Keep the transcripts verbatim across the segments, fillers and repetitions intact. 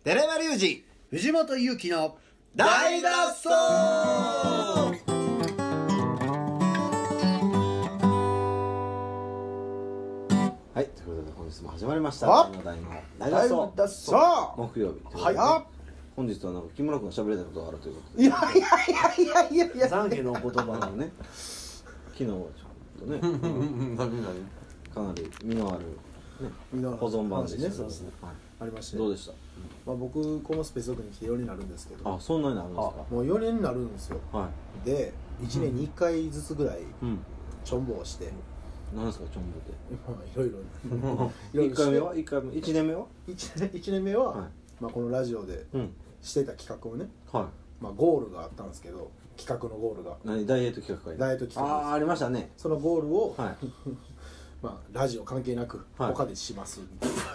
寺山隆二藤本勇樹の大脱走。はい、ということで本日も始まりましたあ大の大脱走脱走木曜日ということで、 はい本日はなんか木村君が喋れたことがあるということで、 いやいやいやいやいやいや懺悔の言葉あのね昨日はちょっとね何何かなり身のある、ね、保存版でしたけど、 ね、そうですね、 はい、 ありましてどうでした？ まあ、僕このスペースオークに来てよねんになるんですけど、 あ、そんなになるんですか？ もうよねんになるんですよ。 はでいちねんにいっかいずつぐらいい。うん。 ちょんぼをしてなんですかチョンボまあいろいろって？一回目は？一回目？一年目は？ 一年一年目は、 はいまあ、このラジオでうん。 してた企画をね、 はまあ、ゴールがあったんですけど、企画のゴールがい。何ダイエット企画会？ ダイエット企画です。 ああーありましたね。 そのゴールを、 はい。 まあ、ラジオ関係なくはい他でしますみたいな、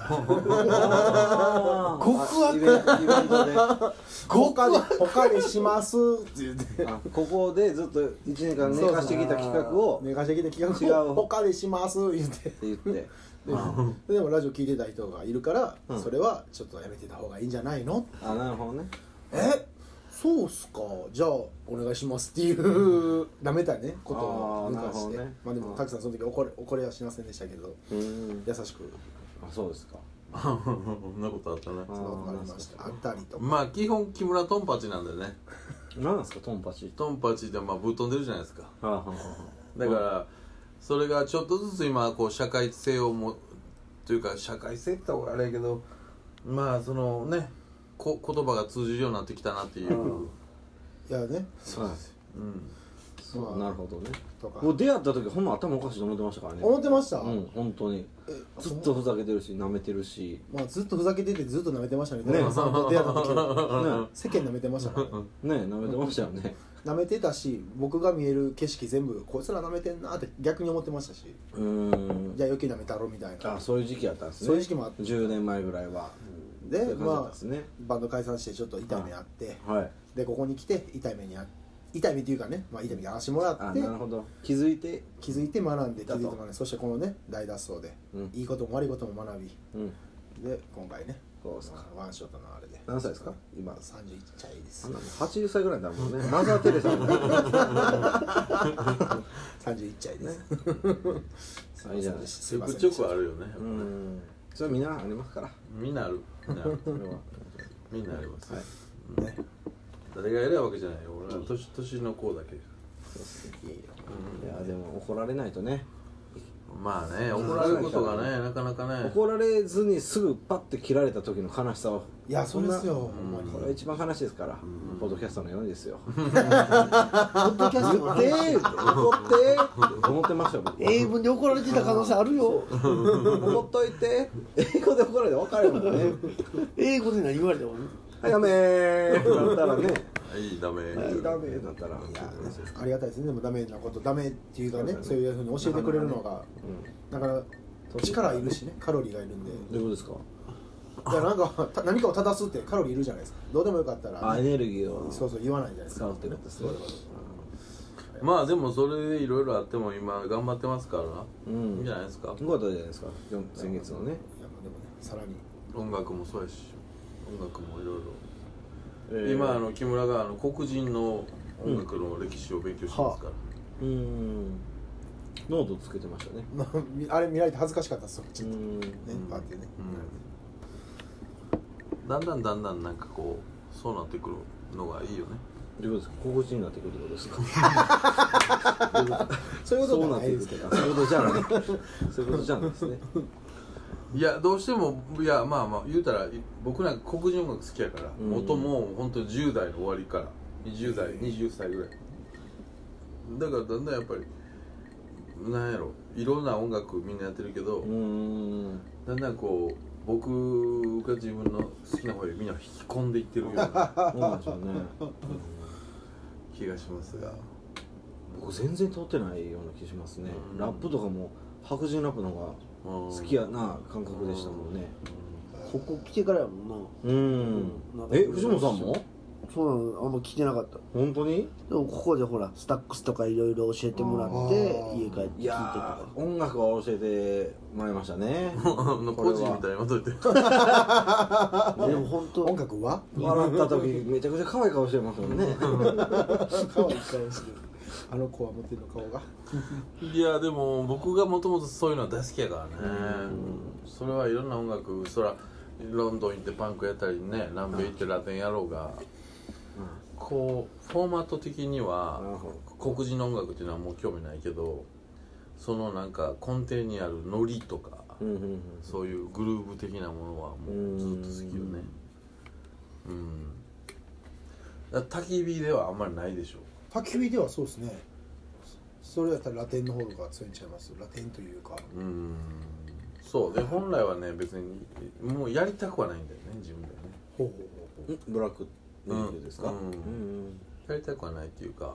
あー極悪あイベントイベントで他で他でしますって言ってあここでずっといちねんかん寝かしてきた企画を寝かしてきた企違う画を他でします言ってって言ってででもラジオ聞いてた人がいるから、 うんそれはちょっとやめてた方がいいんじゃないの？ あなるほどね。 えそうっすか、じゃあお願いしますっていうなめたねことを抜かして、 あーなるほどねまあでもたくさんその時怒れ怒れはしませんでしたけど、 うーん優しくあそうですか。 そんなことあったねそんなことがありました。あったりとか、 まあ基本木村トンパチなんでね何なんですかトンパチ？ トンパチってまあぶっ飛んでるじゃないですか。 はあはあはだからそれがちょっとずつ今こう社会性をもというか社会性って言った方があれやけど、まあそのねこ言葉が通じるようになってきたなっていう、うんいやね、 あはい。そうまあなるほどね。 とかもう出会った時ほんま頭おかしいと思ってましたからね。 思ってました、 うん本当にえずっとふざけてるし舐めてるしまあ、ずっとふざけててずっと舐めてましたね。 ね寺山さんと出会った時ね世間舐めてましたからね。 ね舐めてましたよね。 舐めてたし、僕が見える景色全部こいつら舐めてんなって逆に思ってましたし、 うーんじゃあ余計舐めたろみたいな。 あそういう時期あったんですね。 そういう時期もあってじゅうねんまえぐらいは。 でそういう感じだったんまですね。 あバンド解散してちょっと痛い目あって、 はい。 でここに来て痛い目にあ痛い目っていうかね、まあ、痛い目やらしてもらあってなるほど。気づいて。 気づいて学んで気だとづいて学んで、そしてこのね大脱走で、 うんいいことも悪いことも学びうん。 で今回ね、 そうですか。 ワンショットのあれで何歳ですか今？ さんじゅういっちゃいですあんなもんはちじゅっさいぐらいになるもんね。マザー・テレサみたいな。 さんじゅういっちゃいですあいいじゃないですすいませんちょくあるよね、 うん。それはみんなありますから。 みんなあるみんなあるそれは。 みんなあります、 はい。 ね誰が偉いわけじゃないよ、俺は年年の子だけ、 そうですね。 いいよいやでも怒られないとね。 まあね怒られることがねなかなかね怒られずにすぐパッて切られた時の悲しさは。 いやそうですよんなほんまにこれが一番悲しいですから。ポッドキャストのようにですよ。 ポッドキャストの言ってー怒ってーって思ってましたよ僕は。 英文で怒られてた可能性あるよ怒っといて英語で怒られて分かるもんね。 英語で何言われてもはいダメーってなったらね。 はいダメはいダメーだったら。 いやありがたいですね。でもダメなことダメっていうかね、そういうふうに教えてくれるのがだから力いるしね、カロリーがいるんで、 どういうことですか？ いやなんかた何かを正すってカロリーいるじゃないですか。どうでもよかったら、 あエネルギーをそうそう言わないじゃないですか。 使うってことですね。 まあでもそれでいろいろあっても今頑張ってますから、 うんいいんじゃないですか。 よかったじゃないですか。先月のね。 いやまあでもね、さらに音楽もそうやし音楽もいろいろ、 えー今あの木村があの黒人の音楽の歴史を勉強してますから、 うーんノートつけてましたね。 まああれ見られて恥ずかしかったですよ。ちょっとねうーんパーってね。 うん、だんだんだんだんなんかこうそうなってくるのがいいよね。 どういうことですか？心地になってくるってことですか？ そういうことじゃそうなってくるないですけど。 そういうことじゃない。そういうことじゃないですね。 いやどうしてもいやまあまあ言うたら僕なんか黒人音楽好きやから、 うん音も本当にじゅう代の終わりからにじゅう代にじゅっさいぐらいだからだんだんやっぱりなんやろいろんな音楽みんなやってるけど、 うーんだんだんこう僕が自分の好きな方へみんな引き込んでいってるようなそうなんでしょうね。 気がしますが、 僕全然通ってないような気しますね。 うんラップとかも白人ラップの方が好きやな感覚でしたもんね。 ここ来てからやもんな。 うん。え藤本さんも？ そうなの、あんま聞いてなかった。 本当に？ でもここでほらスタックスとかいろいろ教えてもらって家帰って聞いてといやか。 ー音楽は教えてもらいましたね個人みたいにまといてでも本当音楽は笑った時めちゃくちゃ可愛い顔してますもんね可愛い顔してるあの子は持ってるの顔がいやでも僕がもともとそういうのは大好きやからね、それはいろんな音楽、そらロンドン行ってパンクやったりね、南米行ってラテンやろうが、こうフォーマット的には黒人の音楽っていうのはもう興味ないけど、そのなんか根底にあるノリとか、 うんうんうん、 そういうグルーヴ的なものはもうずっと好きよね。うん、だから焚き火ではあんまりないでしょ。 焚き火ではそうですね。それやったらラテンの方が強いんちゃいます。ラテンというか、 うん、そうで本来はね別にもうやりたくはないんだよね、自分でね。 ほうほうほうほう。 ブラックネイルですか、 うんうんうんうん、 やりたくはないっていうか、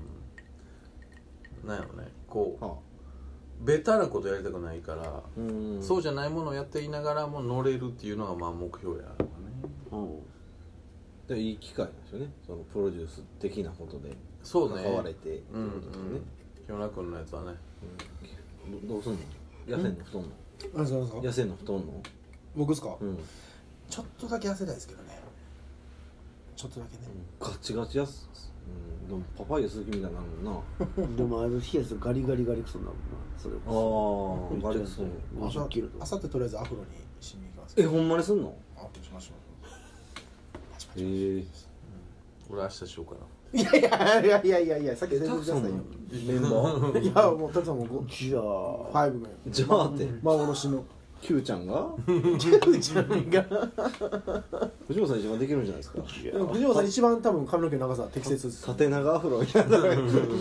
うん、なんやろね、こう、はあ、ベタなことやりたくないから、うん、そうじゃないものをやっていながらも乗れるっていうのがまあ目標やからね、 うん、でいい機会なんですよね、そのプロデュース的なことでそうね、 関われてっていうことですね。 清村君のやつはね、 うん、ど, どうすんの？野戦の太んの？ 何ですか何ですか？ 野戦の太んの？ 僕ですか、うん、 ちょっとだけ痩せたいですけどね。ちょっとだけね、 うん、ガチガチやす、うん、でもパパイヤ鈴木みたいになるもんなでもあの冷やすガリガリガリクソになるもんな、それこそ。ああガリクソごじゅっキロとあさってとりあえずアフロにしに行きます。 え、ほんまにすんの？ アフロしましょへう。 え、 俺明日しようかな。 いやいやいやいやいやいや、さっき全然くださいよ。 メンバーいやもうたくさんもうじゃあファイブのじゃあって幻のキューちゃんがキューちゃんが藤本さん一番できるんじゃないですか。 でも藤本さん一番多分髪の毛の長さ適切です。 縦長アフロみたいな。いやいや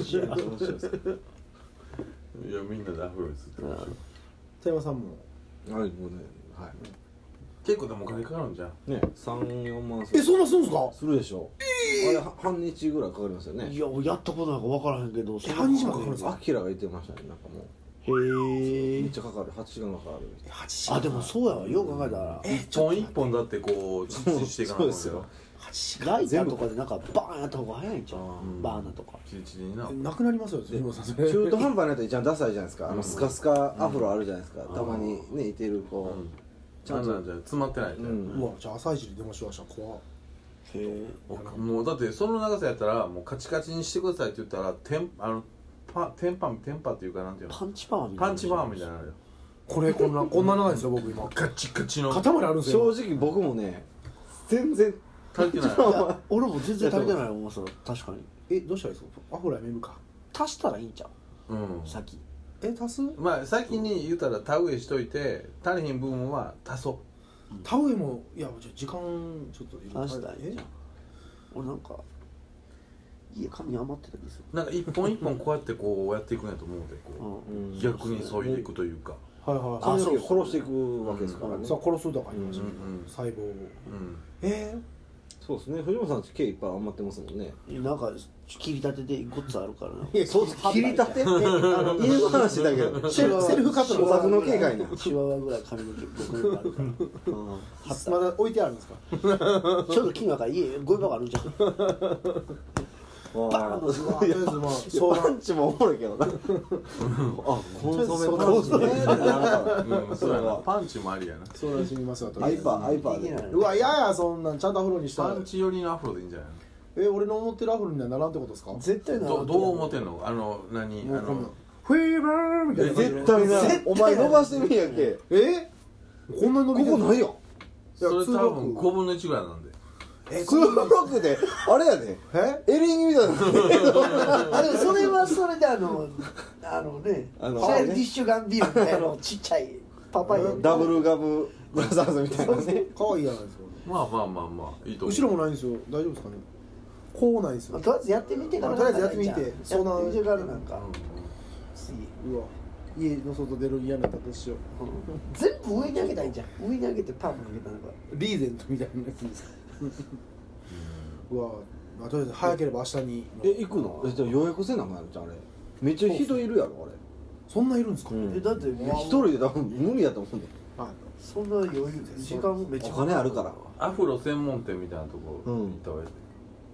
みんなでアフロですって田山さんもはい、もうね、はい。 結構でもお金かかるんじゃんね、三四万え、そんなするんですか？ するでしょ。えー、あれ半日ぐらいかかりますよね。 いややったことなんか分からへんけど、 え半日もかかるんですか？ アキラが言ってましたね、なんかもう。 へえ。 めっちゃかかる、はちじかんかかる。 はちじかん。 あでもそうやわ、よく考えたら。 え、一本一本だってこう実していかないと。 そうですよ。 ライターとかでなんかバーンやった方が早いんちゃう？バーナーとか。 チリチリにな。 なくなりますよ。 中途半端なやつ一番ダサいじゃないですか。あのスカスカアフロあるじゃないですか。たまにねいてるこう。 ちゃんと詰まってない。 うわ、じゃあ朝一に出ましょう。明日怖っ。 へえ。 もうだってその長さやったらもうカチカチにしてくださいって言ったらテンあのパテンパテンパっていうかなんていうの？ パンチパーマみたいな。 パンチパーマみたいなのよ。 これこんなこんな長いですよ僕今。 ガチガチの。 肩まであるんですよ。 正直僕もね全然足りてない。 俺も全然足りてない重さ確かに。 え、どうしたらいいですか？アフロやめるか。 足したらいいんちゃう？ うん。 先。 え、足す？ まあ先に言うたら田植えしといて足りひん部分は足そう。 田植えもいやじゃ時間ちょっといる。 足したらいいじゃん。俺なんか家紙余ってたりする。 なんか一本一本こうやってこうやっていくんやと思うでこう逆に削いでいくというか。 はいはい。 髪の毛殺していくわけですからね。 さあ殺すとか言いましたね。細胞を。ええ。 そうですね。藤本さんち毛いっぱい余ってますもんね。 なんか切りたてでごっつあるからな。 そう切りたて？あの家の話だけど。 セルフカットのお宅の毛がいいな。 チワワぐらい髪の毛僕のあるから。 まだ置いてあるんですか？ ちょうど金額が家ゴミ箱あるじゃん。バーンのとりあえずまあ相パンチもおもろいけどな。あ、コンソメパンチね。 そうやな。パンチもありやな。 相談してみますわ。 アイパーアイパーで。 うわ、いやいやそんなんちゃんとアフロにしたら。 パンチ寄りのアフロでいいんじゃないの？ え、俺の思ってるアフロにはならんってことですか？ 絶対な。 どどう思ってんの？あの何あのフィーバーみたいな。 絶対な。お前伸ばしてみやけ。 え？こんな伸びてる？ ここないやん。 それ多分ごぶんのいちぐらいなんで。 え、 ツーロックであれやで。 え？ エリンギみたいな。 あでもそれはそれであのあのね、チャイルディッシュガンビールみたいなちっちゃいパパイヤダブルガブブラザーズみたいなね。 可愛いじゃないですか。 まあまあまあまあいいと思う。 後ろもないんですよ。大丈夫ですかね？こうないんですよ。 とりあえずやってみてから。 とりあえずやってみて相談してからなんか。 うわ、家の外出る嫌なったらどうしよう。 全部上に上げたらいいじゃん。上に上げてパンも上げたのか。 リーゼントみたいなやつですか。うわ、まあとりあえず早ければ明日に。 え、行くの？え、じゃあ予約せなあかんやろじゃんあれ。めっちゃ人いるやろあれ。 そんないるんですか？ えだって一人で多分無理やと思うんだよ。 そんな余裕で時間めっちゃお金あるから。 アフロ専門店みたいなとこ行った方がいい。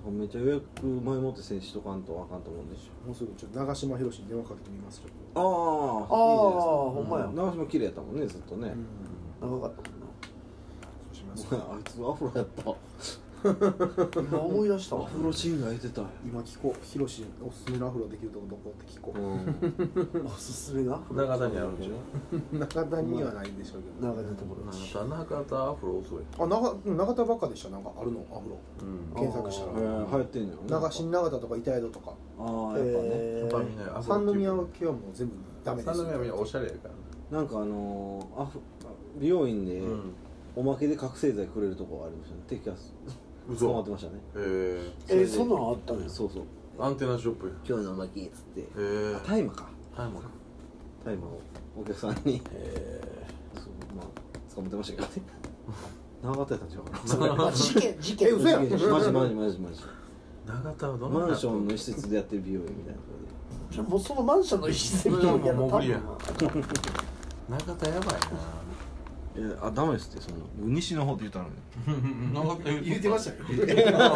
めっちゃ予約前もって選手しとかんとあかんと思うんでしもうすぐちょっと長嶋宏に電話かけてみますよ。 ょ。ああああほんまや長島綺麗やったもんねずっとね、 長かったもんな。 そうします。 あいつアフロやった今思い出したわアフロシーンが空いてたよ、 今聞こう。宏おすすめのアフロできるとこどこって聞こう。 うん、 おすすめが長田にあるんでしょ。 中田にはないんでしょうけど。 長田ところ長田中田アフロ遅い。 あ、長長田ばっかでした。なんかあるのアフロ。 うん。 検索したら。 えー、流行ってんのよ長新長田とか板江戸とか。 ああやっぱね、 えやっぱみんなアフロ。 三宮系はもう全部ダメです。 三宮はみんなおしゃれやから。 なんかあのー、アフ美容院で、 うん。 おまけで覚醒剤くれるとこがありましたね。テキャス嘘捕まってましたね。 ええー、そんなのあったのよ。 そうそう。 ー、アンテナショップや。 今日のおまけっつって。 えー、 あ大麻か。 タイムか。 大麻をお客さんに、 えそうまあ捕まってましたけどね。長かったやったんちゃうかな。それーまあ、事件事件え嘘やんマジマジマジマジマジ。 長田はどのマンションの施設でやってる美容院みたいなとこじゃあもうそのマンションの一室にそれはもうもう無理やん長田やばいで。いやあダメですってその西の方って言ったのに。 な。長田言ってましたよ。 ダメだ。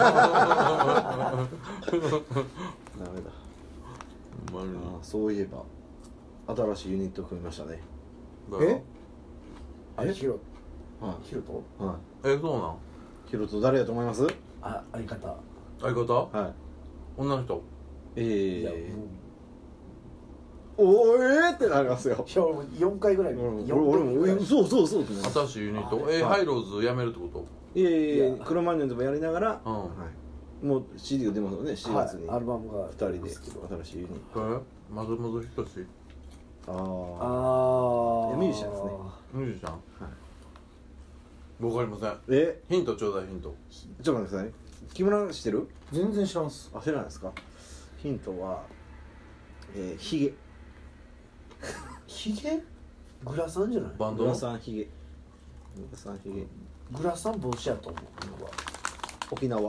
ほんまにあそういえば新しいユニット組みましたね。 え？ あれ？ ヒロはヒロと？ いはえ、そうなん？ い。ヒロト誰やと思います？はあ相方相方？ い。 女の人？ えいやえもうおーえーってなりますよ。 いや俺もよんかいぐらい俺もよん俺もぐらいそうそうそうってなる。 新しいユニット？え、 はいハイローズ辞めるってこいやいやいいややクロマニオンでもやりながら、 うんはい、もう シーディー が出ますよねしちがつに、 はい、アルバムがふたりでですけど新しいユニッと？え？まずまずひとし？ ト。ああああミュージシャンですね。 ミュージシャン？わかりません。 えヒントちょうだいヒント。 ちょっと待ってください。木村知ってる？ 全然知らんっす。 あ知らないですか？ヒントはえー、ヒゲ。 ヒゲグラサンじゃないバンドのグラ？サンヒゲ。グラサンヒゲ。 グラサン帽子やと思う僕は沖縄。 ビッ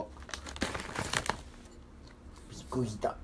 グギタ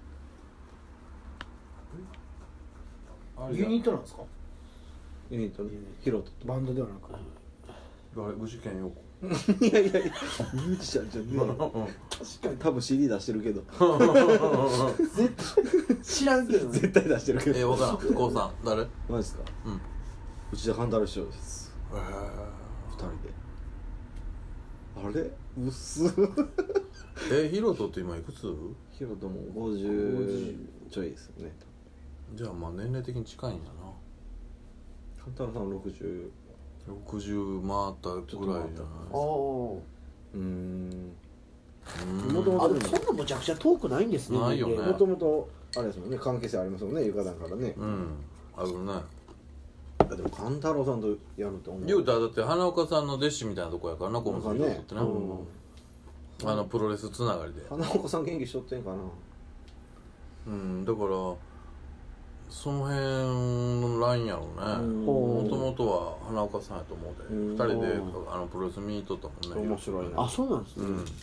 ユニットなんですか？ ユニットにヒロトと。 バンドではなく。 誰？具志堅用子。 いやいやいやミュージシャンじゃねえよ。 ー確かに多分 シーディー 出してるけど。 絶対知らんけどね絶対出してるけど。 え、わからん。こうさん誰？ マジですか？ うん。 内田勘太郎師匠です。 え二人で。あれ？うっす。 ー、え、ヒロトって今いくつ？ ヒロトもごじゅうちょいですよね。 じゃあまあ年齢的に近いんだな。 勘太郎さんろくじゅろくじゅう回ったぐらいじゃない？ ああう。うーん。 うんもともあでもそんなむちゃくちゃ遠くないんですねないよね人間もともとあれですもんね関係性ありますもんね床団からね。 うん。あるね。 あでも勘太郎さんとやると思う。 言うたらだって花岡さんの弟子みたいなとこやからな、この人ねってね。 うんあのプロレスつながりで。 花岡さん元気しとってんかな。 うん、だからその辺のラインやろうね。 うんもともとは花岡さんやと思うで、 うん二人であのプロレス見に行っとったもんね。 面白いね。 あそうなんですね、 うん。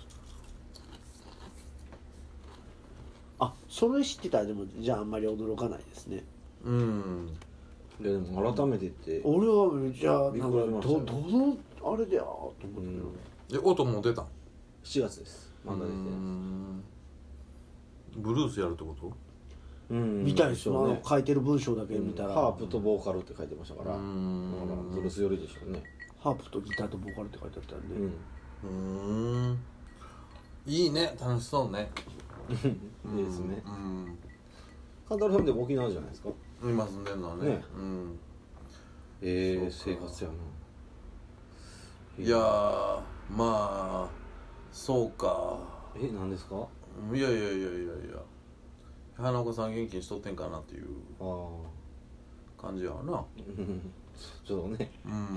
あそれ知ってたらでもじゃああんまり驚かないですねうん。 いやでも改めてって。 俺はじゃあびっなんかくりしましたよどどのあれでやと思ってうんで音も出たん？ しちがつです。まだ出てない。 うんブルースやるってこと？ うんみたいですよ、 そうねあの書いてる文章だけ見たら、 ハープとボーカルって書いてましたから、だかうんらブルース寄りでしょうね。 ハープとギターとボーカルって書いてあったんで、 うんうん。いいね、楽しそうね。 いいですね。 うん。 勘太郎さんでも沖縄じゃないですか。 今住んでんのはね。 ねうん。 ええそうか生活やな。 いやーまあそうか。 え何ですか？ いやいやいやいやいや。花岡さん元気にしとってんかなっていうああ感じやわな。 ちょっとね。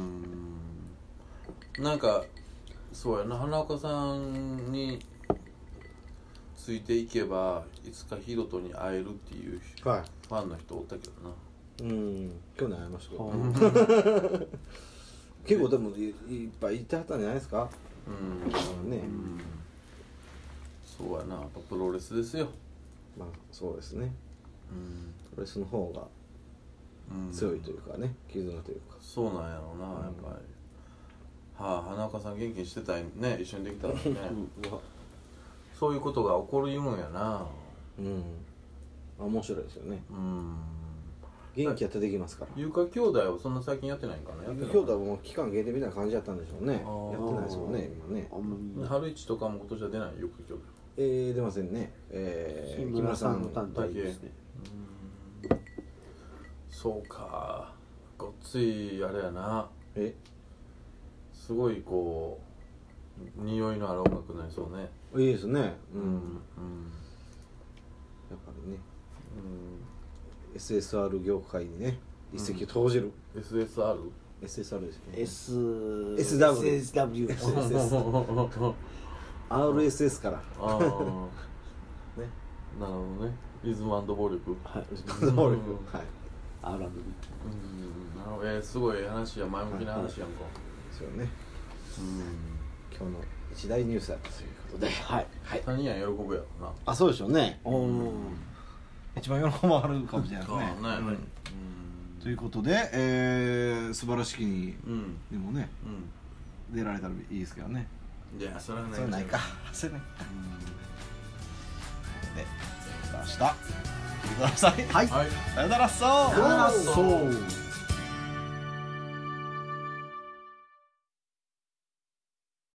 うん。なんかそうやな、花岡さんについていけばいつかヒロトに会えるっていうはファンの人おったけどな。 い。うん去年会いましたけど、 あ結構でもいいっぱいいてはったんじゃないですか。 うん。 あのね、 うんそうやな、やっぱプロレスですよ。 まあそうですね。 うん。 プロレスの方がうん強いというかね、絆というか。 そうなんやろうな、やっぱり。はあ、花岡さん元気にしてたいね、一緒にできたらね。 うわそういうことが起こる言うんやな。 うん面白いですよね。 うん元気やってできますから。 ゆか兄弟はそんな最近やってないんかな。 ゆか兄弟はもう期間限定みたいな感じだったんでしょうね。やってないですもんね今ね。 あんまり春一とかも今年は出ないゆか兄弟。 えー、出ませんね。えー、 木村さんの単体ですね。 そうかごっついあれやな。 えすごいこう匂いのある音楽になりそうね。 いいですね。うん、 うんうんやっぱりね、うん、エスエスアール 業界にね一石を投じる、 うん、エスエスアール？ エスエスアール ですよね。 S SW エスダブリューアールエスエス からああね、 なるほどね。リズム&暴力。 はい能力、はい、 アールアンドビーうんなるほど。えー、すごい話や前向きな話やんか。 ですよね。 うん今日の一大ニュースだったということで、はいはい。 他人や喜ぶやろな。 あ、そうでしょうね。 うん一番喜ばれるかもしれないですね。 そうねうんということで、えー、素晴らしきにうんでもねう出られたらいいですけどね。 んいやそれはない。 それないか。それない。で、明日見てください。はい。 はい。 さよならそう。 さよならそうそう。